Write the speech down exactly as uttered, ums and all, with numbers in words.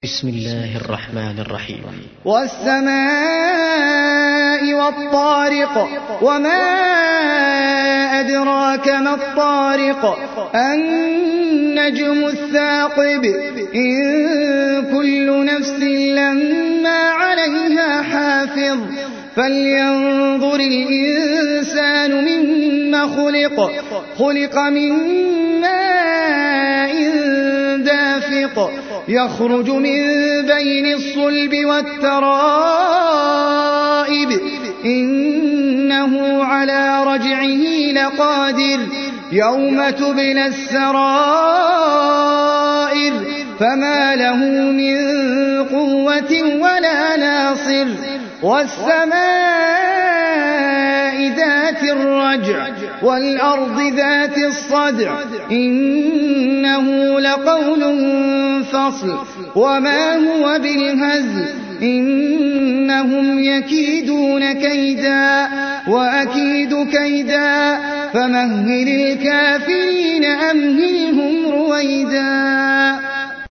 بسم الله الرحمن الرحيم. والسماء والطارق وما أدراك ما الطارق النجم الثاقب إن كل نفس لما عليها حافظ فلينظر الإنسان مما خلق خلق من ماء دافق يخرج من بين الصلب والترائب إنه على رجعه لقادر يوم تبلى السرائر فما له من قوة ولا ناصر والسماء ذات الرجع والأرض ذات الصدع إنه لقول فصل وما هو بالهزل إنهم يكيدون كيدا وأكيد كيدا فمهل الكافرين أمهلهم رويدا.